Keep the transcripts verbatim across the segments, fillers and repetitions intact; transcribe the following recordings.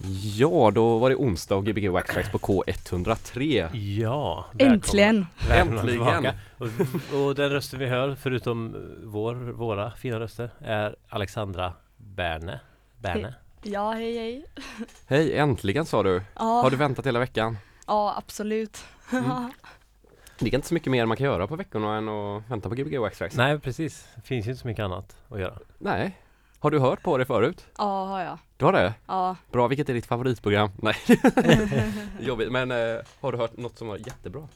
Ja, då var det onsdag och Gbg Wax Tracks på K etthundratre. Ja, äntligen. Äntligen. Och, och den rösten vi hör, förutom vår, våra fina röster, är Alexandra Berne. Berne. Ja, hej hej. Hej, äntligen sa du. Ja, Har du väntat hela veckan? ja absolut. Mm. Det är inte så mycket mer man kan göra på veckorna än att vänta på Gbg Wax Tracks. Nej, precis. Det finns ju inte så mycket annat att göra. Nej. Har du hört på det förut? Ja, har jag. Du har det? Ja. Bra, vilket är ditt favoritprogram? Nej. Jobbigt, men eh, har du hört något som var jättebra?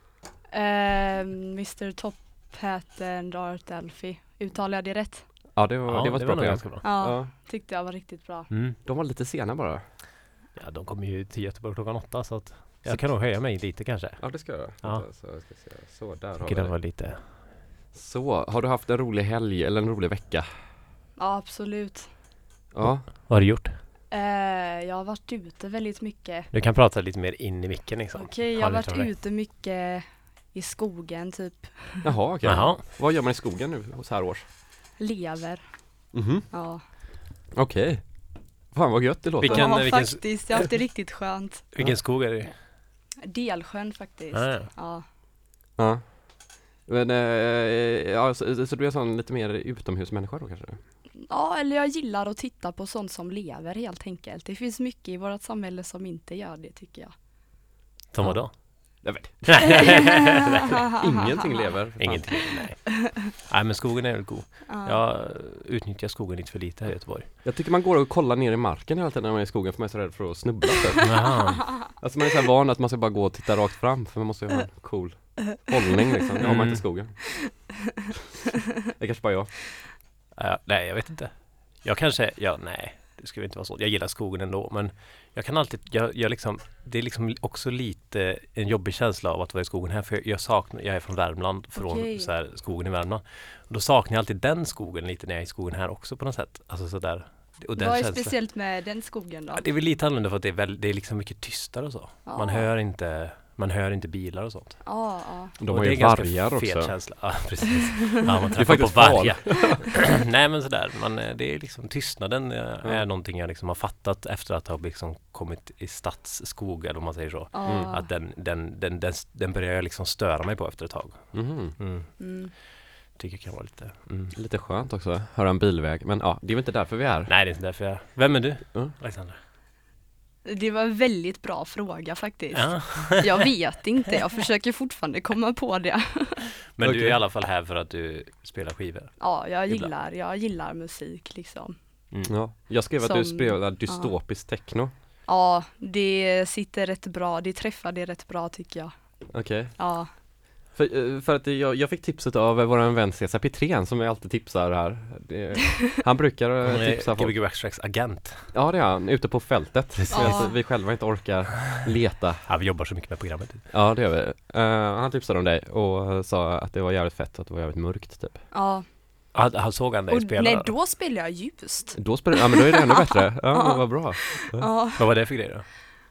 Eh, mister Top Hat and Art Alfie. Uttalar jag det rätt? Ja, det var, Ja, det var ett det bra var nog program. ganska bra. Ja, Ja. tyckte jag var riktigt bra. Mm. De var lite sena bara. Ja, de kommer ju till Göteborg klockan åtta, så att jag Så- kan nog höja mig lite kanske. Ja, det ska jag. Ja. Så, jag ska se. Så, där har Tycker vi den det. var lite... Så, har du haft en rolig helg eller en rolig vecka? Ja, absolut. Ja. Vad har du gjort? Eh, jag har varit ute väldigt mycket. Du kan prata lite mer in i micken liksom. Okej, jag Ha har lite varit av det. ute mycket i skogen, typ. Jaha, okej. Jaha. Vad gör man i skogen nu så här års? Lever. Mhm. Ja. Okej. Fan vad gött det låter. Vilken- ja, vilken- faktiskt. Jag har haft det riktigt skönt. Vilken skog är det? Delsjön faktiskt. Ah, ja. Ja. Ja. Men, eh, ja, så, så du är sån lite mer utomhusmänniska då kanske? Ja, eller jag gillar att titta på sånt som lever helt enkelt. Det finns mycket i vårt samhälle som inte gör det, tycker jag. Som Ja. vadå? Jag vet. Ingenting lever. Fan. Ingenting, nej. Nej, men skogen är väl god. Ja. Jag utnyttjar skogen lite för lite här i Göteborg. Jag tycker man går och kollar ner i marken hela tiden när man är i skogen för man är så rädd för att snubbla. Typ. Jaha. Alltså man är så här van att man ska bara gå och titta rakt fram för man måste ju ha en cool hållning liksom. Det har man inte i skogen. Det är kanske bara jag. Ja, nej, jag vet inte. Jag kanske, ja nej, det skulle inte vara så. Jag gillar skogen ändå, men jag kan alltid, jag, jag liksom, det är liksom också lite en jobbig känsla av att vara i skogen här, för jag saknar, jag är från Värmland, från Okej. så här, skogen i Värmland. Och då saknar jag alltid den skogen lite när jag är i skogen här också på något sätt. Alltså sådär. Och den Vad är känslan- speciellt med den skogen då? Ja, det är väl lite annorlunda för att det är, väl, det är liksom mycket tystare och så. Ja. Man hör inte, man hör inte bilar och sånt. Ja, ja. De Och har det ju är ganska vargar fel också. känsla. Ja, precis. Ja, man Det är träffar på faktiskt far. vargar. Nej, men sådär. Man, eh, det är liksom tystnaden eh, är Ja. någonting jag liksom har fattat efter att ha liksom kommit i stadsskog, eller om man säger så. Ja. Mm. Att den, den, den, den, den börjar jag liksom störa mig på efter ett tag. Mhm. Mm. Mm. Tycker det kan vara lite... Mm. Lite skönt också, höra en bilväg. Men ja, det är väl inte därför vi är. Nej, det är inte därför jag... Vem är du, Mm. Alexander? Det var en väldigt bra fråga faktiskt. Ja. Jag vet inte, jag försöker fortfarande komma på det. Men du är Okej. i alla fall här för att du spelar skivor. Ja, jag Ibland. gillar, jag gillar musik liksom. Mm. Ja. Jag skrev att du Som- spelar dystopisk techno. Ja, det sitter rätt bra, det träffar det rätt bra tycker jag. Okej. Ja, För, eh, för att jag, jag fick tipset av eh, våran vän Cesar Petrén som jag alltid tipsar här. Det, han brukar eh, Hon tipsa är folk. Gbg Wax Tracks agent. Ja, det är han. Ute på fältet. Ja. Så att vi själva inte orkar leta. Ja, vi jobbar så mycket med programmet. Ja, det gör vi. Eh, han tipsade om dig och sa att det var jävligt fett och att det var jävligt mörkt typ. ja. Han, han såg han dig Och spela. nej, då spelar jag ljust. Då spelar, ja men då är det ännu bättre. Ja, men vad bra. Ja, Vad var det för grej då?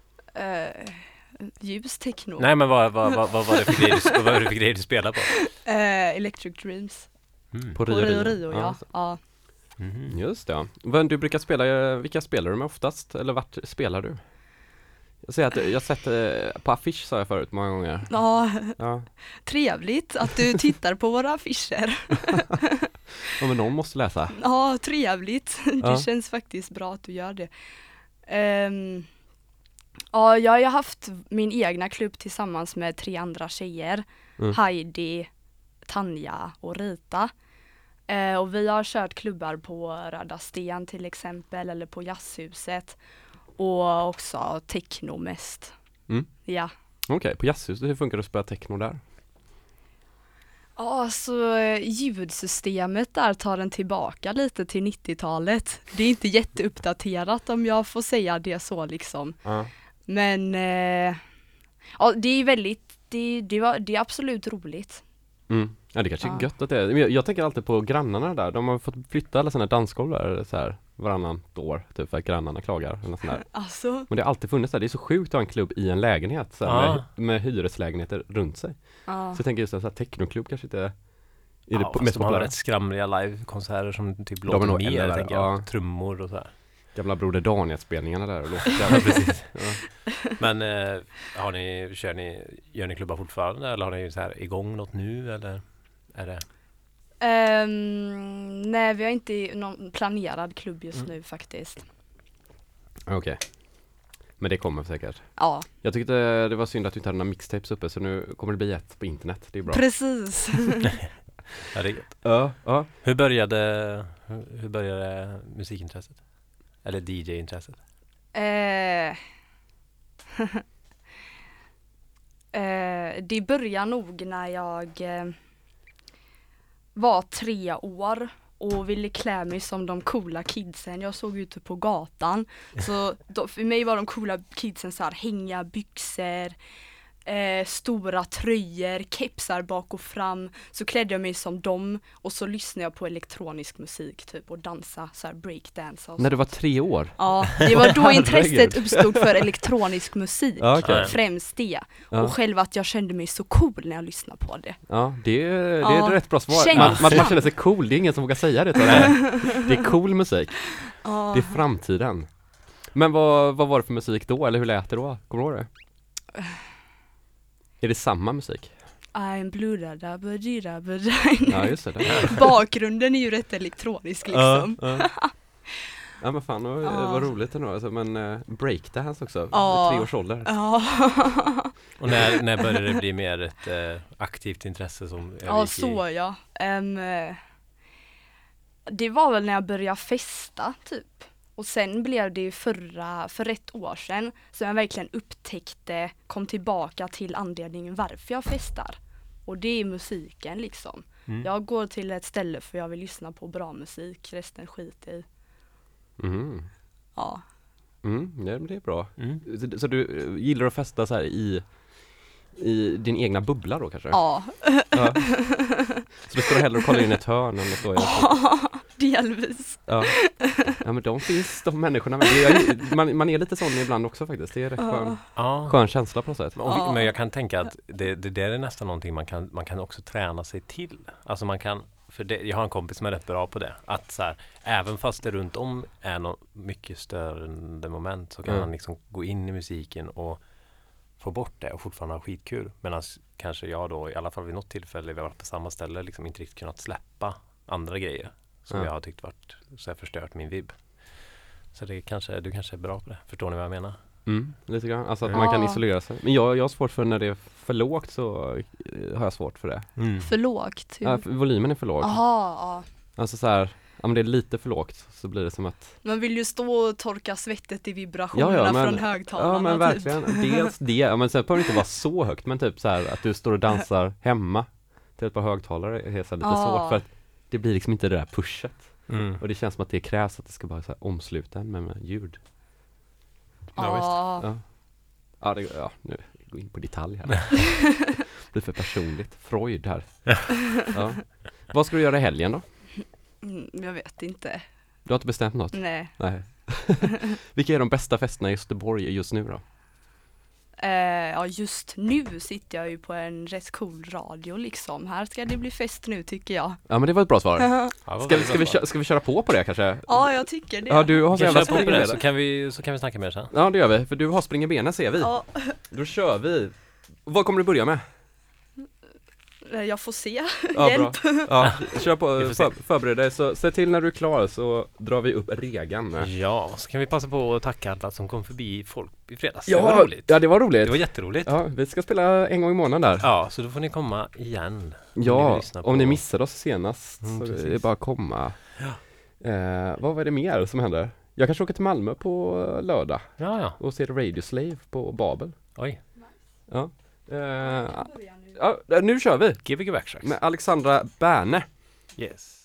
eh, ljus techno. Nej, men vad, vad, vad, vad var det för grej du, vad var det för grej du spelade på? Eh, Electric Dreams. Mm. På På Rio Rio, Rio. Rio ja. ja. Mhm. Just det. Men du brukar spela, eh, vilka spelar du med oftast? Eller vart spelar du? Jag säger att jag har sett eh, på affisch sa jag förut många gånger. Ja, Ja. trevligt att du tittar på våra affischer. Ja, men någon måste läsa. Ja, trevligt. Det Ja. känns faktiskt bra att du gör det. Ehm, ja, jag har ju haft min egna klubb tillsammans med tre andra tjejer. Mm. Heidi, Tanja och Rita. Eh, och vi har kört klubbar på Röda Sten till exempel, eller på Jazzhuset. Och också techno mest. Mm. Ja. Okej, på Jazzhuset, hur funkar det att spela techno där? Ja, så eh, ljudsystemet där tar den tillbaka lite till nittiotalet. Det är inte jätteuppdaterat om jag får säga det så liksom. Ja. Men eh, ja, det är väldigt, det, det, var, det är absolut roligt. Mm. Ja, det kanske är Ja. gött att det är. Men Jag, jag tänker alltid på grannarna där. De har fått flytta alla sina dansgolvar så här varannan år, typ för att grannarna klagar. Eller sån där. Alltså, Men det har alltid funnits där. Det är så sjukt att ha en klubb i en lägenhet så här, Ja. med, med hyreslägenheter runt sig. ja. Så jag tänker just en sån här technoklubb kanske inte är Ja, det fast mest de har populära. rätt skramliga livekonserter som typ De är låter nog mer, ännu värre, tänker jag. ja. Trummor och så här. Gamla Broder Daniel-spelningarna där och låter. Ja, precis. Ja. Men eh, har ni, kör ni, gör ni klubbar fortfarande eller har ni så här igång något nu eller är det? Um, nej, vi har inte någon planerad klubb just Mm. nu faktiskt. Okej. Men det kommer säkert. Ja, Jag tyckte det var synd att du inte hade några mixtapes uppe, så nu kommer det bli ett på internet. Det är bra. precis. Ja, det är gött. Ja, ja. Hur började, hur, hur började musikintresset? Eller D J-intresset? eh, eh, det börjar nog när jag eh, var tre år och ville klä mig som de coola kidsen jag såg ute på gatan. Så då, för mig var de coola kidsen så här hänga byxor, eh, stora tröjor, kepsar bak och fram. Så klädde jag mig som dem och så lyssnade jag på elektronisk musik typ och dansa så här breakdance och När du sånt. var tre år? Ja, det var då Herregud. intresset uppstod för elektronisk musik. Ja, okej. Främst det. Ja. Och själv att jag kände mig så cool när jag lyssnade på det. Ja, det är, det är Ja. ett rätt bra svar. Känslan. Man, man, man känner sig cool, det är ingen som vågar säga det till det. Det är cool musik, Ja. det är framtiden. Men vad, vad var det för musik då, eller hur lät det då? Kommer du ihåg det? Är det samma musik? I'm blue da da ba di da ba di. Ja, just det. det. Bakgrunden är ju rätt elektronisk liksom. Ja, ja. Ja, men fan, vad, Ja. vad roligt ändå. Alltså, men uh, breakdance också, Ja. tre års ålder. Ja. Och när, när började det bli mer ett eh, aktivt intresse som Ja, övergick så i? ja. Um, eh, det var väl när jag började festa typ. Och sen blev det ju förra, för ett år sedan som jag verkligen upptäckte, kom tillbaka till anledningen varför jag festar. Och det är musiken liksom. Mm. Jag går till ett ställe för jag vill lyssna på bra musik, resten skit i. Mm. Ja. Mm, ja, men det är bra. Mm. Så, så du eh, gillar att festa så här i, i din egna bubbla då kanske? Ja. Ja. Så du står hellre och kollar in ett hörn än att stå i Delvis. Ja. Ja, men de finns, de människorna med. Det är, man, man är lite sån ibland också faktiskt. Det är rätt skön, Ja. skön känsla på något sätt. Men, om vi, Ja. men jag kan tänka att det, det där är nästan någonting man kan, man kan också träna sig till. Alltså man kan, för det, jag har en kompis som är rätt bra på det. Att så här, även fast det runt om är något mycket störande moment så kan Mm. han liksom gå in i musiken och få bort det och fortfarande ha skitkul. Medan kanske jag då, i alla fall vid något tillfälle, vi har varit på samma ställe, liksom inte riktigt kunnat släppa andra grejer som Ja. jag har tyckt varit så här förstört min vibb. Så det kanske, du kanske är bra på det. Förstår ni vad jag menar? Mm, lite grann. Alltså att Ja. man kan isolera sig. Men jag, jag har svårt för när det är för lågt, så eh, har jag svårt för det. För lågt. Ja, för volymen är för låg. Jaha, ja. Alltså så här, ja, men det är lite för lågt så blir det som att Man vill ju stå och torka svettet i vibrationerna Ja, ja, men- från högtalarna. ja, men typ. verkligen. Dels det, ja, men sen behöver det inte vara så högt, men typ så här att du står och dansar hemma till ett par högtalare är så här lite Ja. svårt, för att det blir liksom inte det där pushet. Mm. Och det känns som att det krävs att det ska bara så här omsluta en med, med ljud. Ja, visst. Ja. Ja. Ja, det, ja, nu går in på detalj här. Det blir för personligt. Freud här. Ja. Vad ska du göra i helgen då? Mm, jag vet inte. Du har inte bestämt något? Nej. Nej. Vilka är de bästa festerna i Göteborg just nu då? Eh, ja, just nu sitter jag ju på en rätt cool radio liksom. Här ska det bli fest nu tycker jag. Ja, men det var ett bra svar. Ja, vad Ska, vi- väldigt ska, vi, bra. kö- ska vi köra på på det kanske? Ja, jag tycker det. Ja, du har Vi så kan jävla köra på spring på i det så benen. kan, vi, så kan vi snacka mer sen. Ja, det gör vi, för du har spring i benen ser vi. Ja, Då kör vi. Vad kommer du börja med? eh, jag får se. Ja, Hjälp. bra. Ja, kör på, Vi får se. för, förbered dig, så se till när du är klar så drar vi upp regan. Ja, så kan vi passa på att tacka alla som kom förbi folk i fredags. det var Ja, roligt. ja, det var roligt. Det var jätteroligt. Ja. Ja, vi ska spela en gång i månaden där. så då får ni komma igen. om ni Ja, vill lyssna om ni på- missade oss senast Mm, så precis. är det bara att komma. Ja. Eh, vad var det mer som hände? Jag kanske åker till Malmö på eh, lördag Ja, ja. och ser Radio Slave på Babel. Oj. Ja. Eh, ja, nu kör vi Gbg Backtracks. med Alexandra Bärne. Yes.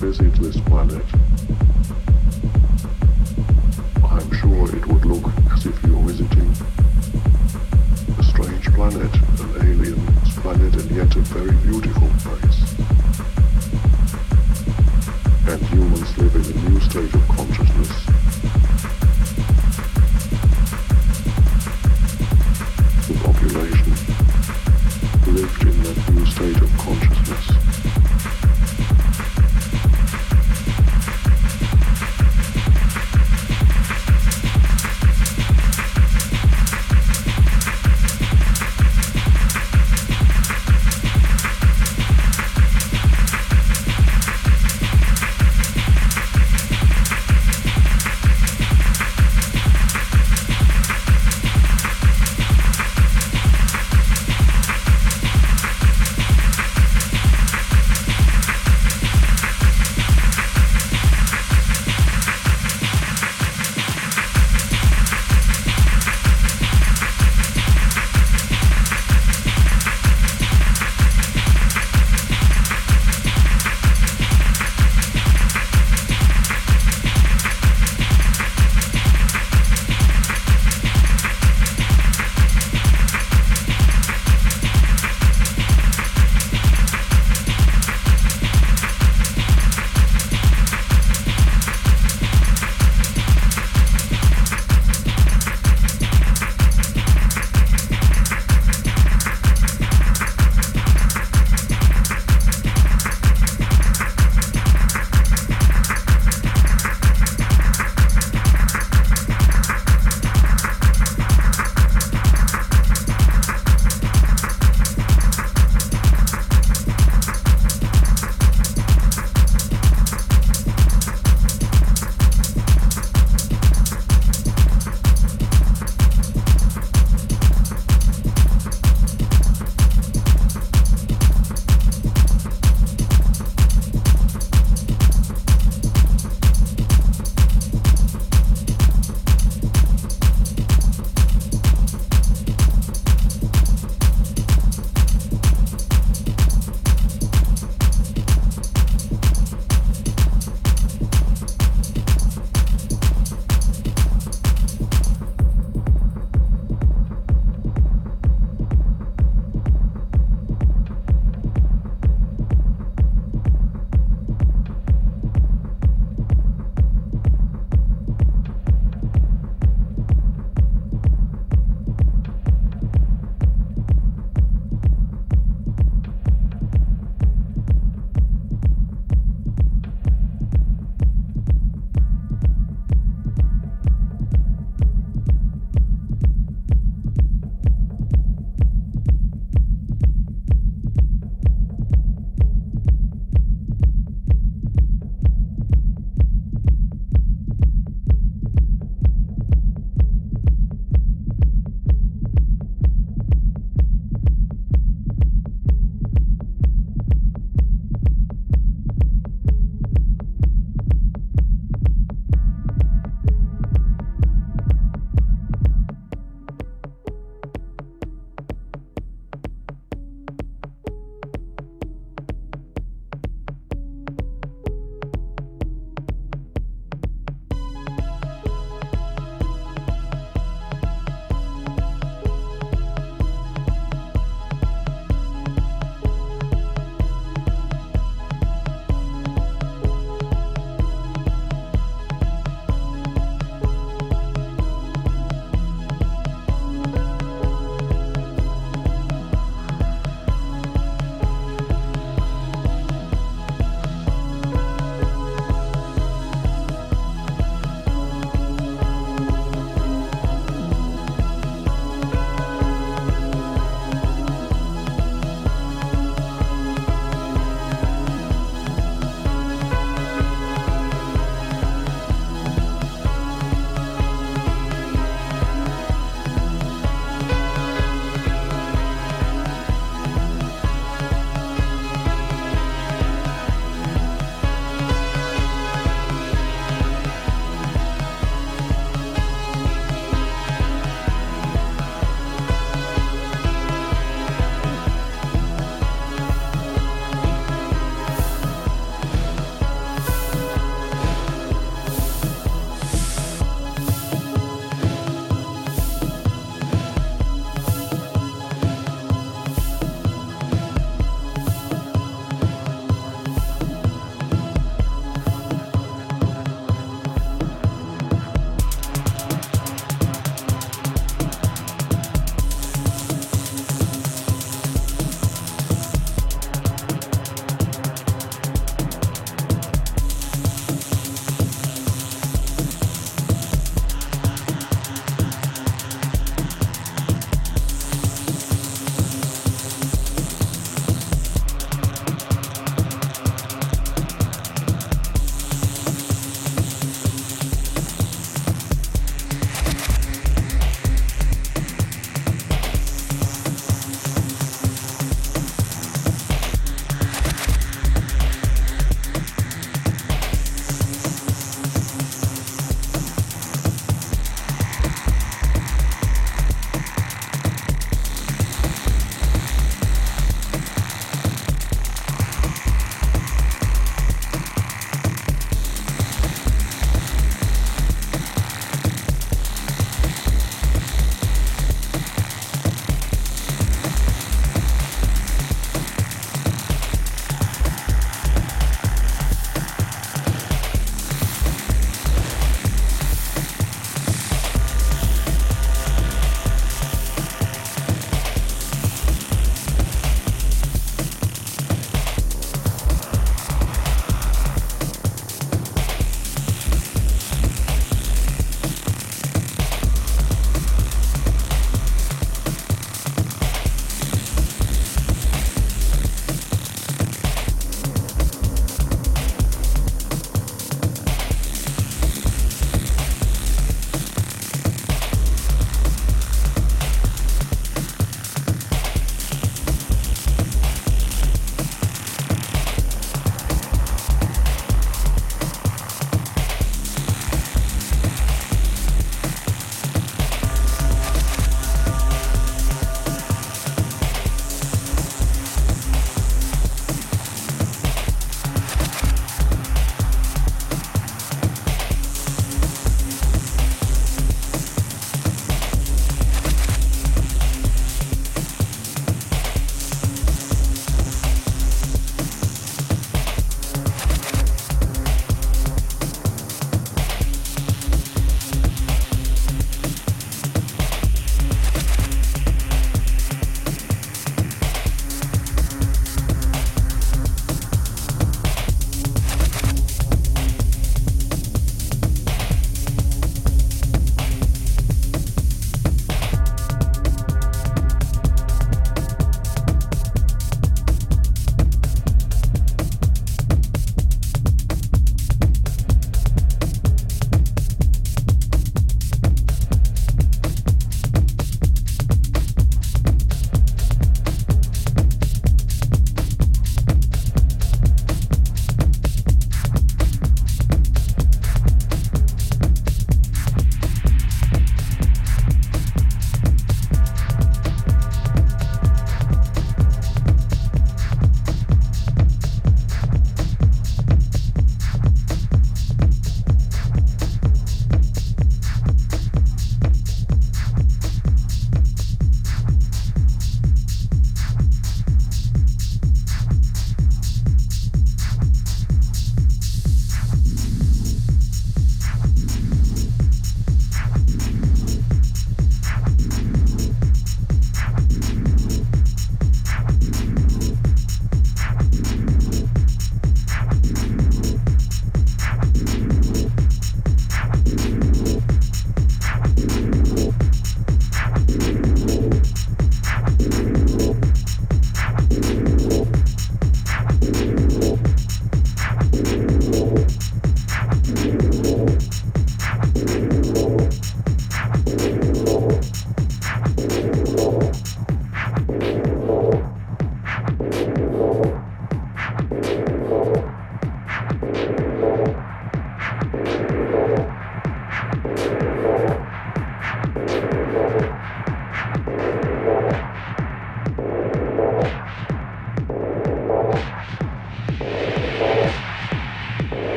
visit this planet, I'm sure it would look as if you're visiting a strange planet, an alien planet, and yet a very beautiful place. And humans live in a new state of consciousness. The population lived in that new state of consciousness.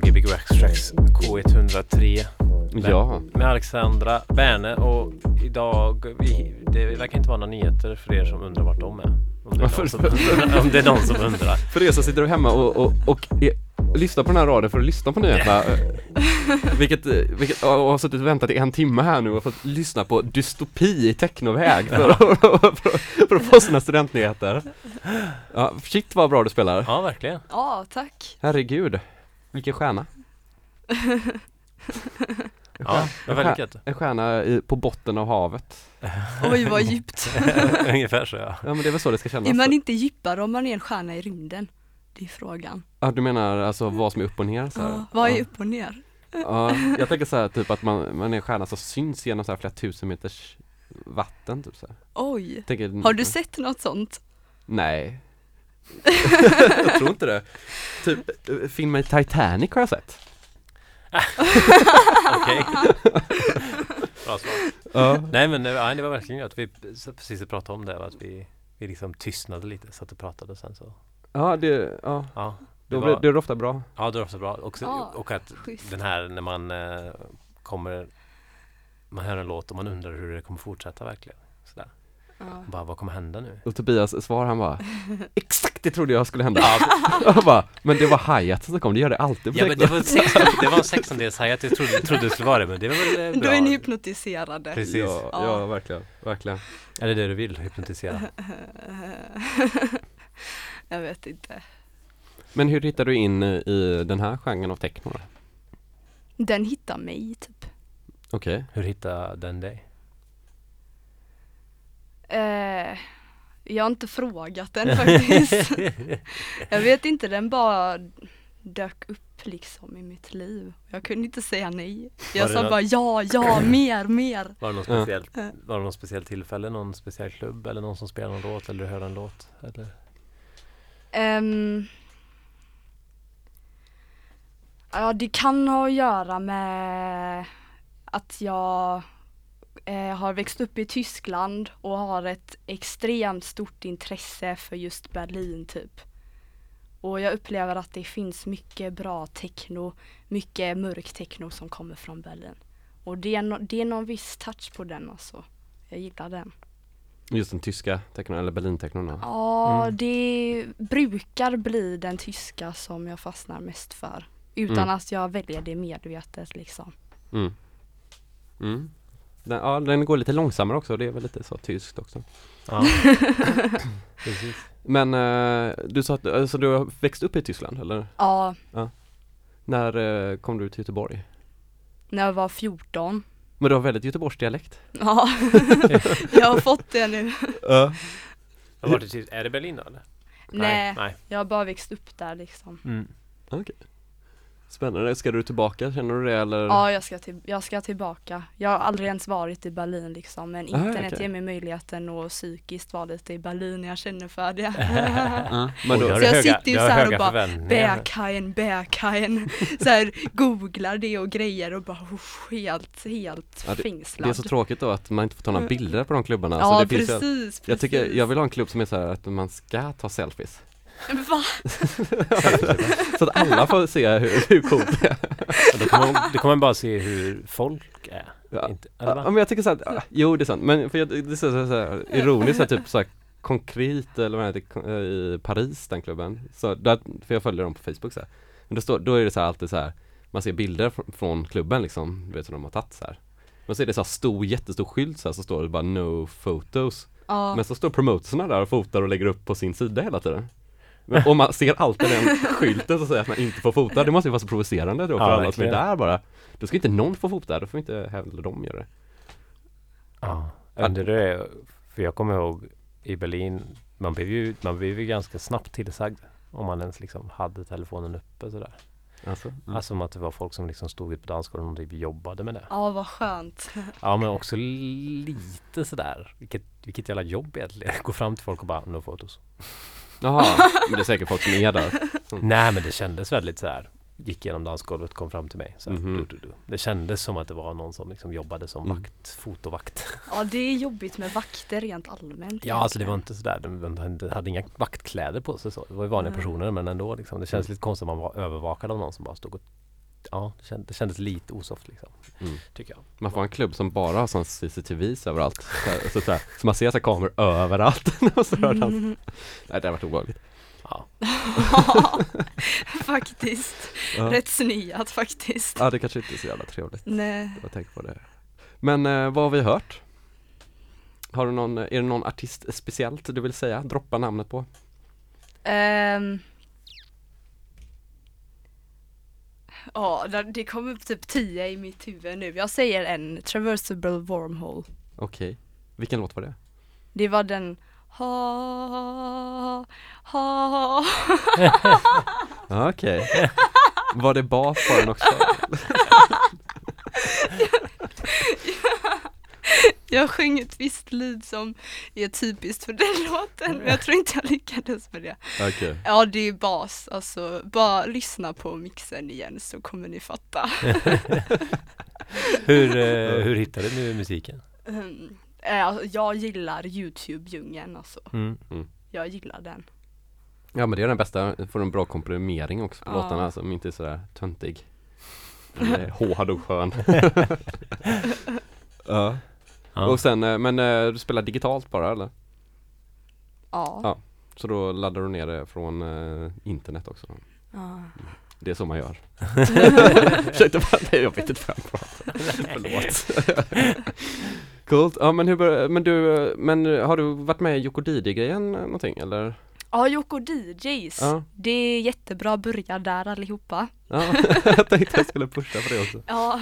Gbg Waxtrax K etthundratre med, Ja. med Alexandra Berne, och idag, vi, det verkar inte vara några nyheter för er som undrar vart de är. Om det är någon som, om det är någon som undrar. För er som sitter du hemma och, och, och är, lyssnar på den här radion för att lyssna på nyheterna. vilket, vilket och har suttit och väntat i en timme här nu och fått lyssna på dystopi i technoväg för, för, för, för att få sina studentnyheter. Ja, shit vad bra du spelar. Ja, verkligen. Ja, tack. Herregud, vilken stjärna. Ja, det är väldigt gött. En stjärna i, på botten av havet. Oj, vad djupt. Ungefär så, ja. Ja, men det är väl så det ska kännas. Är man inte djupare om man är en stjärna i rymden? Det är frågan. Ja, du menar alltså vad som är upp och ner så här. Ja, vad är Ja. upp och ner? Ja, jag tänker så här typ att man, man är en stjärna som syns genom så här flera tusen meters vatten typ så här. Oj. Tänker, Har du sett något sånt? Nej. Jag tror inte det. Typ eh, filmen Titanic har jag sett. Okej. Bra svar. Ja. Nej, men ja, det var verkligen att vi så precis pratade om det, att vi, vi liksom tystnade lite, så att du pratade sen så. Ja, det ja. Ja, det Då var, blir det är ofta bra. ja, det var också bra. Också, Ja, och att schysst. den här, när man eh, kommer, man hör en låt och man undrar hur det kommer fortsätta verkligen. Sådär. Ja. Bara, vad kommer hända nu? Och Tobias svar han bara exakt det trodde jag skulle hända. Jag bara, men det var hi-hat som kom, det gör det alltid på Ja, men det tecknat. var, sex, det var en sextondels här, jag trodde, trodde det skulle vara det, men det var väl eh, bra. Då är ni hypnotiserade. Precis. Ja, ja, Ja. verkligen, verkligen. Är det det du vill, hypnotisera? Jag vet inte. Men hur hittar du in i den här genren av techno då? Den hittar mig typ. Okej. Hur hittar den dig? Eh, jag har inte frågat den faktiskt. Jag vet inte, den bara dök upp liksom i mitt liv. Jag kunde inte säga nej. Jag Var det sa något- bara ja, ja, mer, mer. Var det någon Ja. speciell, var det någon speciell tillfälle, någon speciell klubb eller någon som spelar någon låt eller du hör en låt? Eller? Ehm, ja, det kan ha att göra med att jag eh, har växt upp i Tyskland och har ett extremt stort intresse för just Berlin typ. Och jag upplever att det finns mycket bra techno, mycket mörk techno som kommer från Berlin. Och det är, no- det är någon viss touch på den alltså. Jag gillar den. Just den tyska techno eller Berlin-technon då. Ja, Mm. det brukar bli den tyska som jag fastnar mest för. Utan Mm. att jag väljer det medvetet liksom. Mm. Mm. Den, ja, den går lite långsammare också, det är väl lite så tyskt också. Ja. Precis. Men eh, du sa att alltså, du har växt upp i Tyskland, eller? Ja, När eh, kom du till Göteborg? när jag var fjorton. Men du har väldigt göteborgsdialekt. Ja, jag har fått det nu. Ja. Jag var det typ, är det Berlin då eller? Nej, Nej. jag har bara växt upp där liksom. Mm. Okej. Spännande. Ska du tillbaka? Känner du det eller? Ja, jag ska, till, jag ska tillbaka. Jag har aldrig ens varit i Berlin liksom. Men Ah, internet okej. ger mig möjligheten att psykiskt vara lite i Berlin när jag känner för det. Ja. Men Oj, då, har Så du jag höga- sitter ju du har så här höga och bara, förväntningar. Berghain, Berghain. Så här googlar det och grejer och bara usch, helt, helt Ja, det är fängslad. så tråkigt då att man inte får ta några bilder på de klubbarna. Ja, Så det finns ju- precis, precis. jag tycker, jag vill ha en klubb som är så här att man ska ta selfies. Va? Så att alla får se hur, hur coolt det är. Och då kommer man, då kommer man bara se hur folk är. Ja. Inte, eller Ja, va? men jag tycker så att, ja, jo det är sant, men för jag, det är så, så, så här, ironiskt så här, typ så här, konkret eller vad det heter i Paris, den klubben. Så där, för jag följer dem på Facebook så här. Men då, står, då är det så här, alltid så här, man ser bilder fr- från klubben liksom, du vet som de har tagit så här. Men så är det så här stor, jättestor skylt så här, så står det bara no photos. Ja. Men så står promoterna där och fotar och lägger upp på sin sida hela tiden. Men om man ser alltid den skylten så säger att man inte får fota, det måste ju vara så provocerande då för Ja, alla som är verkligen. där bara. Då ska inte någon få fota, då får inte heller de göra det. Ja, under det, för jag kommer ihåg i Berlin, man blev ju, man blev ju ganska snabbt tillsagd om man ens liksom hade telefonen uppe sådär. Alltså, mm. Alltså som att det var folk som liksom stod ute på dansgolven och typ jobbade med det. Ja, vad skönt. Ja, men också lite sådär, vilket, vilket jävla jobb egentligen. Gå fram till folk och bara, no fotos. Jaha, men det är säkert folk som är där. Nej, men det kändes väldigt sådär. Gick igenom dansgolvet, kom fram till mig. Så här, Mhm. du, du, du. Det kändes som att det var någon som liksom jobbade som Mm. vakt, fotovakt. Ja, det är jobbigt med vakter rent allmänt. Ja, alltså det var egentligen. inte sådär, de, de, de hade inga vaktkläder på sig så. Det var ju vanliga Nej. personer, men ändå liksom, det känns Mm. lite konstigt att man var övervakad av någon som bara stod och ja, det kändes, det kändes lite osoft liksom, Mm. tycker jag. Man får en klubb som bara har sån C C T Vs överallt. Så, här, så, så, här, så man ser så här kameror överallt. Och så rör dans. Nej, det har varit obehagligt. Ja. Faktiskt. Ja. Rätt snyat faktiskt. Ja, det kanske inte är så jävla trevligt. Nej. Jag tänker på det. Men eh, vad har vi hört? Har du någon, är det någon artist speciellt du vill säga? Droppa namnet på. Um, ja, det- det kom upp typ tio i mitt huvud nu. Jag säger en, Traversable Wormhole. Okej. Vilken låt var det? Det var den ha ha. Ja, okej. Var det bas på den också? Jag sjöng ett visst lyd som är typiskt för den låten, men jag tror inte jag lyckades med det. Okej. Ja, det är bas. Alltså, bara lyssna på mixen igen så kommer ni fatta. Hur, eh, hur hittade du musiken? Um, äh, jag gillar YouTube-djungeln alltså. Mm. Jag gillar den. Ja, men det är den bästa. Får en bra komprimering också på Ja. låtarna som inte är sådär töntig. Eller hård och skön. Ja. Ja. Och sen, eh, men eh, du spelar digitalt bara eller? Ja. Ja. Så då laddar du ner det från eh, internet också. Ja. Det är så man gör. Försökte bara, nej, jag vet inte vad jag pratar. Förlåt. Coolt. Ja, men hur bör, men du, men har du varit med i Jocko D J-grejen någonting eller? Ja, Jocko D Js. Ja. Det är jättebra, börja där allihopa. Ja, jag tänkte jag skulle pusha för det också. Ja.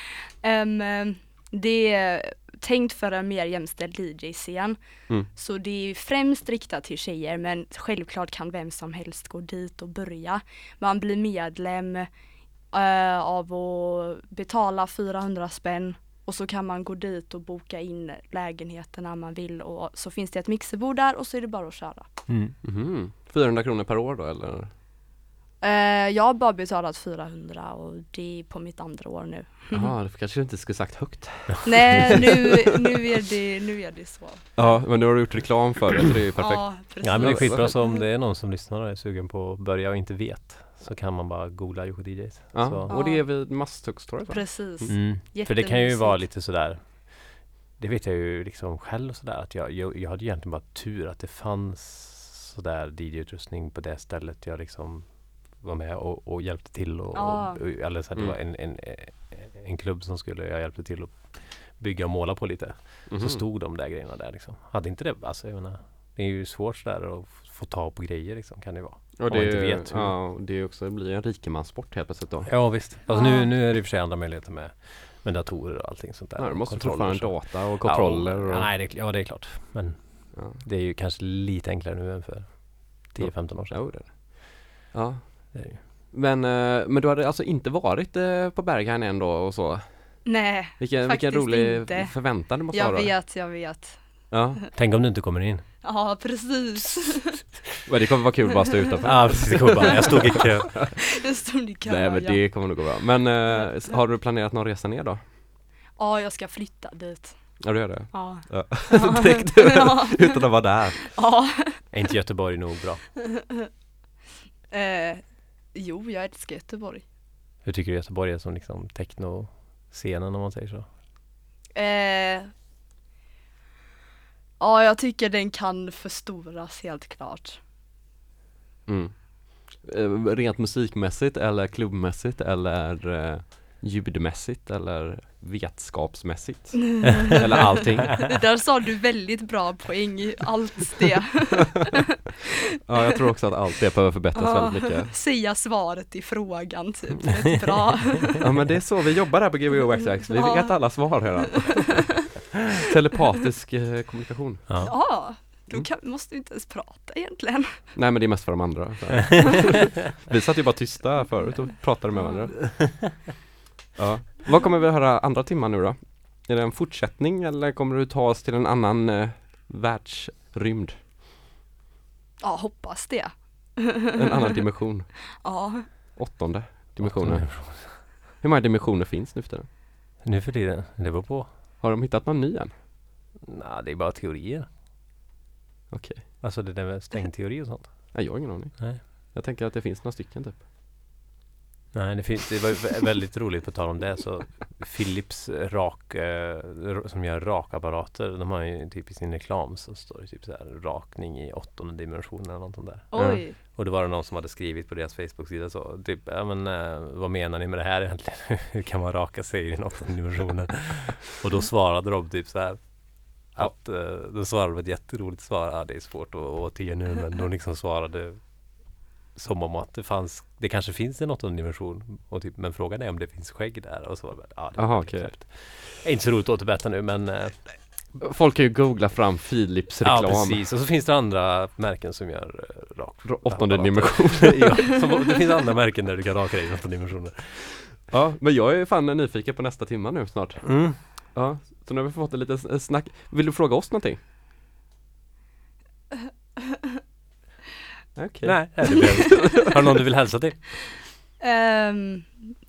um, det är tänkt för en mer jämställd D J-scen. Mm. Så det är främst riktat till tjejer, men självklart kan vem som helst gå dit och börja. Man blir medlem uh, av att betala fyrahundra spänn. Och så kan man gå dit och boka in lägenheterna man vill. Och så finns det ett mixerbord där och så är det bara att köra. Mm. Mhm. fyrahundra kronor per år då eller? Uh, jag har bara betalat fyrahundra och det är på mitt andra år nu. Ja, det kanske inte skulle sagt högt. Nej, nu, nu, är det, nu är det så. Ja, men nu har du gjort reklam för det, så det är ju perfekt. Ja, precis. Ja, men det är skitbra, så om det är någon som lyssnar och är sugen på att börja och inte vet, så kan man bara googla Jocko D Js. Ja, Så. och det är vid Masthuggstorget va? Precis. Mm. För det kan ju Jättemysigt. vara lite sådär, det vet jag ju liksom själv sådär, att jag, jag, jag hade egentligen bara tur att det fanns sådär D J-utrustning på det stället jag liksom var med och, och hjälpte till och, Ja. och, och eller så här, det Mm. var en, en, en klubb som skulle, jag hjälpte till att bygga och måla på lite. Mhm. Så stod de där grejerna där liksom. Hade inte det, alltså jag menar, det är ju svårt sådär att f- få tag på grejer liksom, kan det vara. Och om det, man inte är, vet hur. ja, det är också, det blir en rikemanssport helt plötsligt då. Ja visst. Alltså Ja. nu, nu är det i och för sig andra möjligheter med, med datorer och allting sånt där. Ja, du måste Kontroller fortfarande och så. data och kontroller. Ja, Och, ja, nej, det, är- ja, det är klart. Men ja. det är ju kanske lite enklare nu än för tio femton år sedan. Jo, det är det. Ja, Det är ju. men, eh, men du hade alltså inte varit eh, på Berghain ändå och så? Nej, Vilken, vilken Faktiskt rolig inte. förväntan du måste jag ha då. vet, jag vet. Ja, Tänk om du inte kommer in. Ja, precis. men det kommer vara kul att bara stå utanför. Ja precis, det kommer bara, jag stod i kö. Jag stod i kö. Nej, men ja. det kommer nog gå bra. Men eh, s- har du planerat någon resa ner då? Ja, jag ska flytta dit. Ja, du gör det? Ja. Ja. Ja. Direkt, Ja. utan att vara där. Ja. Är inte Göteborg nog bra? Eh, jo, jag älskar Göteborg. Hur tycker du Göteborg är som liksom techno-scenen om man säger så? Eh, ja, jag tycker den kan förstoras helt klart. Mm. Eh, rent musikmässigt eller klubbmässigt eller eh, ljudmässigt eller vetskapsmässigt eller allting. Det där sa du väldigt bra poäng, allt det. Ja, jag tror också att allt det behöver förbättras Ja, väldigt mycket. säga svaret i frågan typ, rätt bra. Ja, men det är så vi jobbar här på G B O X X. Vi Ja. vet alla svar redan. Telepatisk eh, kommunikation. Ja. Ja, Mm. då kan, måste vi inte ens prata egentligen. Nej, men det är mest för de andra. Så. Vi satt ju bara tysta förut och pratade med varandra. Ja. Vad kommer vi höra andra timmar nu då? Är det en fortsättning eller kommer du ta oss till en annan eh, världsrymd? Ja, hoppas det. En annan dimension? Ja, Åttonde dimensionen. Hur många dimensioner finns nu för tiden? Nu för tiden, det var på. Har de hittat någon ny än? Nej, det är bara teorier. Okej. Alltså det där med strängteori och sånt. Nej, jag har ingen aning. Nej. Jag tänker att det finns några stycken typ. Nej, det, finns, det var vä- väldigt roligt på tal om det. Så Philips rak, eh, r- som gör rakapparater, de har ju typ i sin reklam så står det typ så här rakning i åttonde dimensionen eller något sånt där. Oj. Och det var det någon som hade skrivit på deras Facebook-sida så typ, ja men eh, vad menar ni med det här egentligen? Hur kan man raka sig i den åttonde dimensionen? Och då svarade de typ så här att, eh, de svarade ett jätteroligt svar, ja det är svårt att återge nu, men de liksom svarade som om att det fanns, det kanske finns en åttonde dimension och typ, men frågan är om det finns skägg där och så var det, ja, det Aha, var okej. okay. Inte så roligt att återberätta nu, men eh, Folk kan ju googla fram Philips reklam. ja precis, och så finns det andra märken som gör eh, rak Åttonde apparater. dimension. Ja, så det finns andra märken där du kan raka dig i åttonde dimensioner. Ja, men jag är fan nyfiken på nästa timma nu snart. Mm. Ja, så nu har vi fått ett litet s- snack. Vill du fråga oss någonting? Okej. Nej, det behöver. Har du någon du vill hälsa till? Ehm,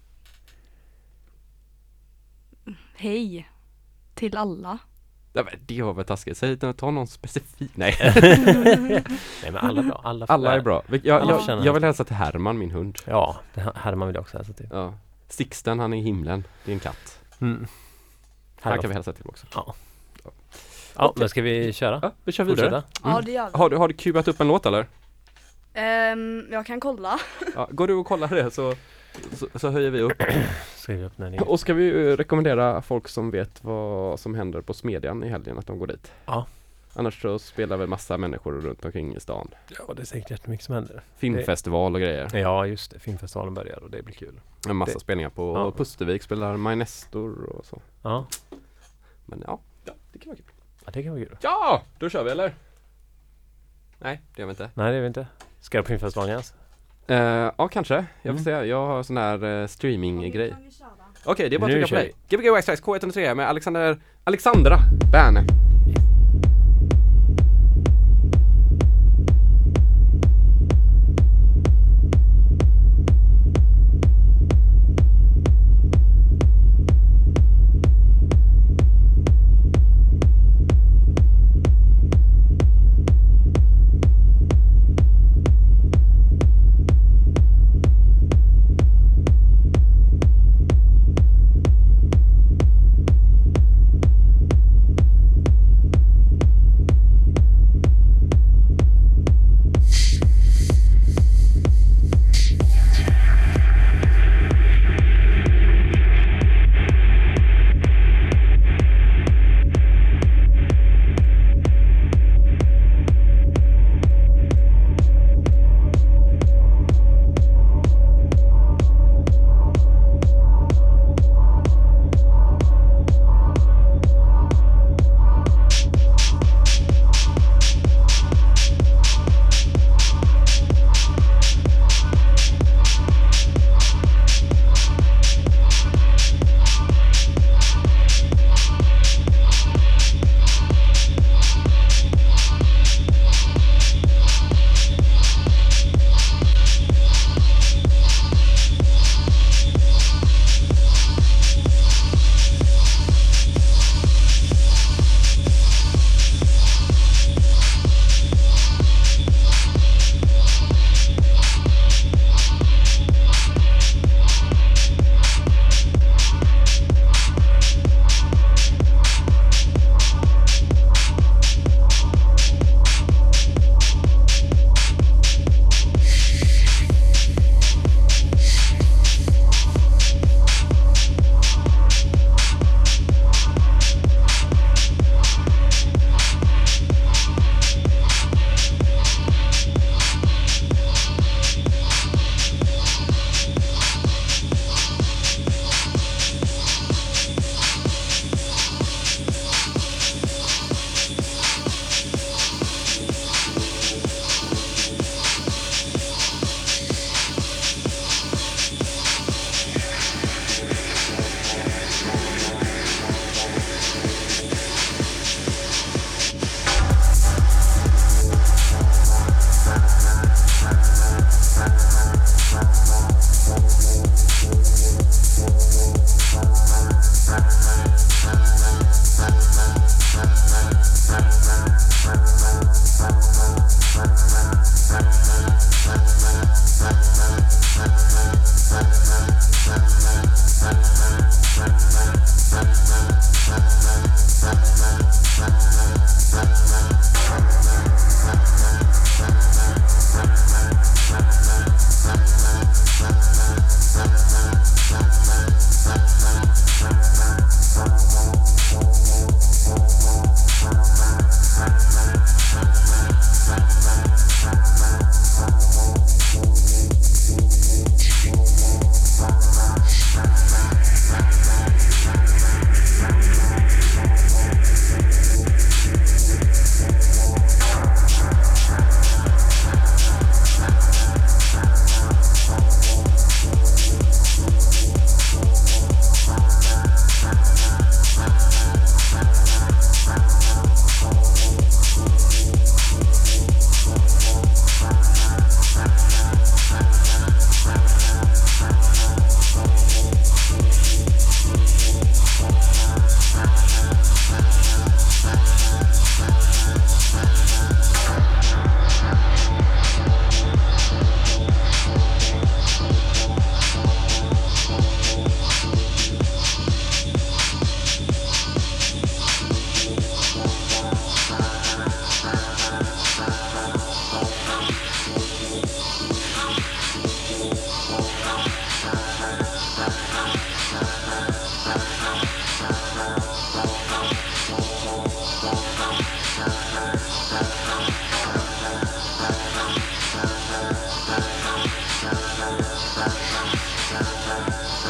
hej till alla. Nej, men det var väl taskigt. Säg inte, ta någon specifik. Nej, Nej, men alla är bra. Alla, alla är bra. Vi- Jag, Alla jag, förtjänar jag det. vill hälsa till Herman, min hund. Ja, det här Herman vill jag också hälsa till. Ja. Sixten, han är i himlen. Det är en katt. Mm. Han kan vi hälsa till också. Ja. Ja, men ska vi köra? Ja, vi kör vidare. Fortsätta? Ja, det gör vi. Har du, har du kubat upp en låt eller? Ehm, jag kan kolla. Ja, går du och kollar det så, så, så höjer vi upp. Skriv upp när ni... Och ska vi eh, rekommendera folk som vet vad som händer på Smedjan i helgen att de går dit. Ja. Annars så spelar väl massa människor runt omkring i stan. Ja, det är säkert jättemycket som händer. Filmfestival och grejer. Ja, just det. Filmfestivalen börjar och det blir kul. En massa Det- spelningar på Ja. Pustervik, spelar My Nestor och så. Ja, Men ja, ja, det kan vara kul. ja det kan vara kul. Ja, då kör vi eller? Nej, det gör vi inte. Nej, det är vi inte. Ska du på filmfestivalen Jens? Eh, ja, kanske. Jag får Mm. se. Jag har sån här uh, streaming-grej. Okej, det är bara att Nu trycka på kör play. vi. Gbg Waxtrax K etthundratre med Alexander Alexandra Berne.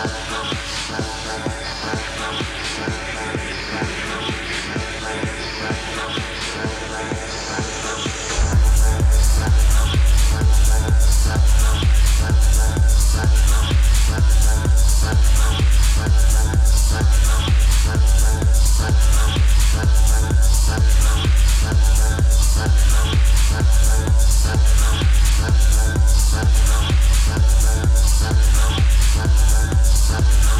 We'll be right back.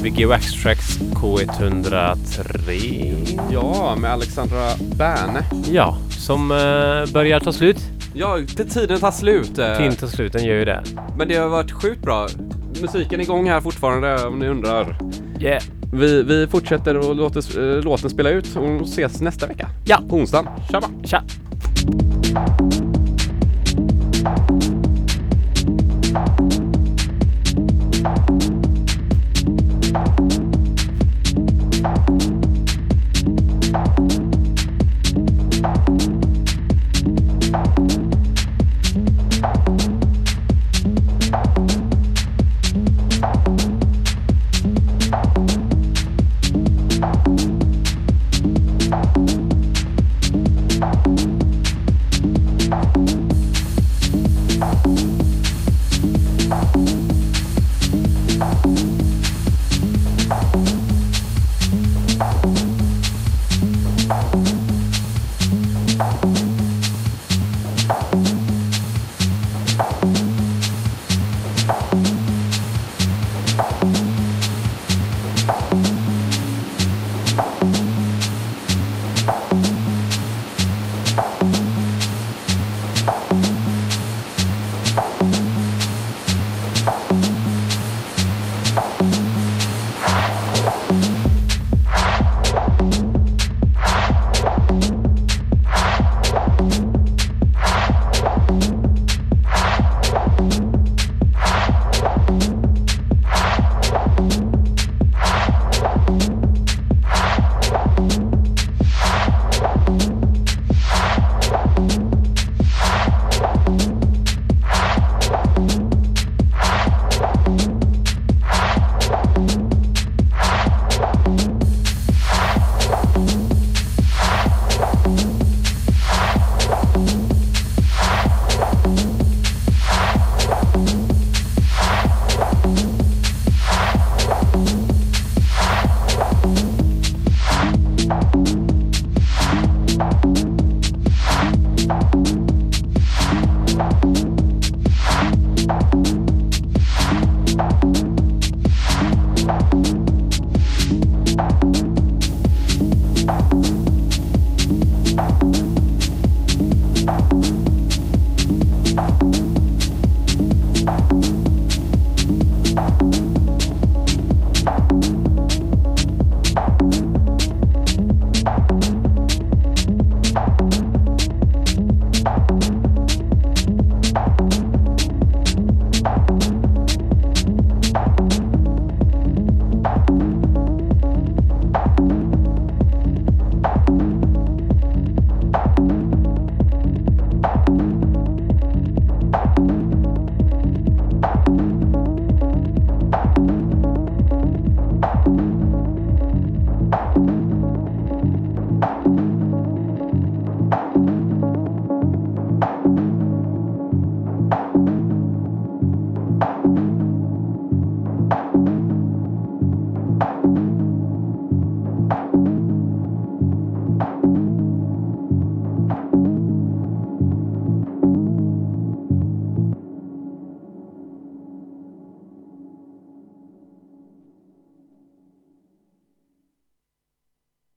det Geo X-Trax K etthundratre. Ja, med Alexandra Bärne. Ja, som uh, börjar ta slut. Ja, till tiden tar slut. eh. Tiden tar slut, den gör ju det. Men det har varit sjukt bra. Musiken är igång här fortfarande om ni undrar. Yeah. Vi, vi fortsätter och låter äh, låten spela ut och ses nästa vecka. Ja. På onsdagen. Tja, Tja. Thank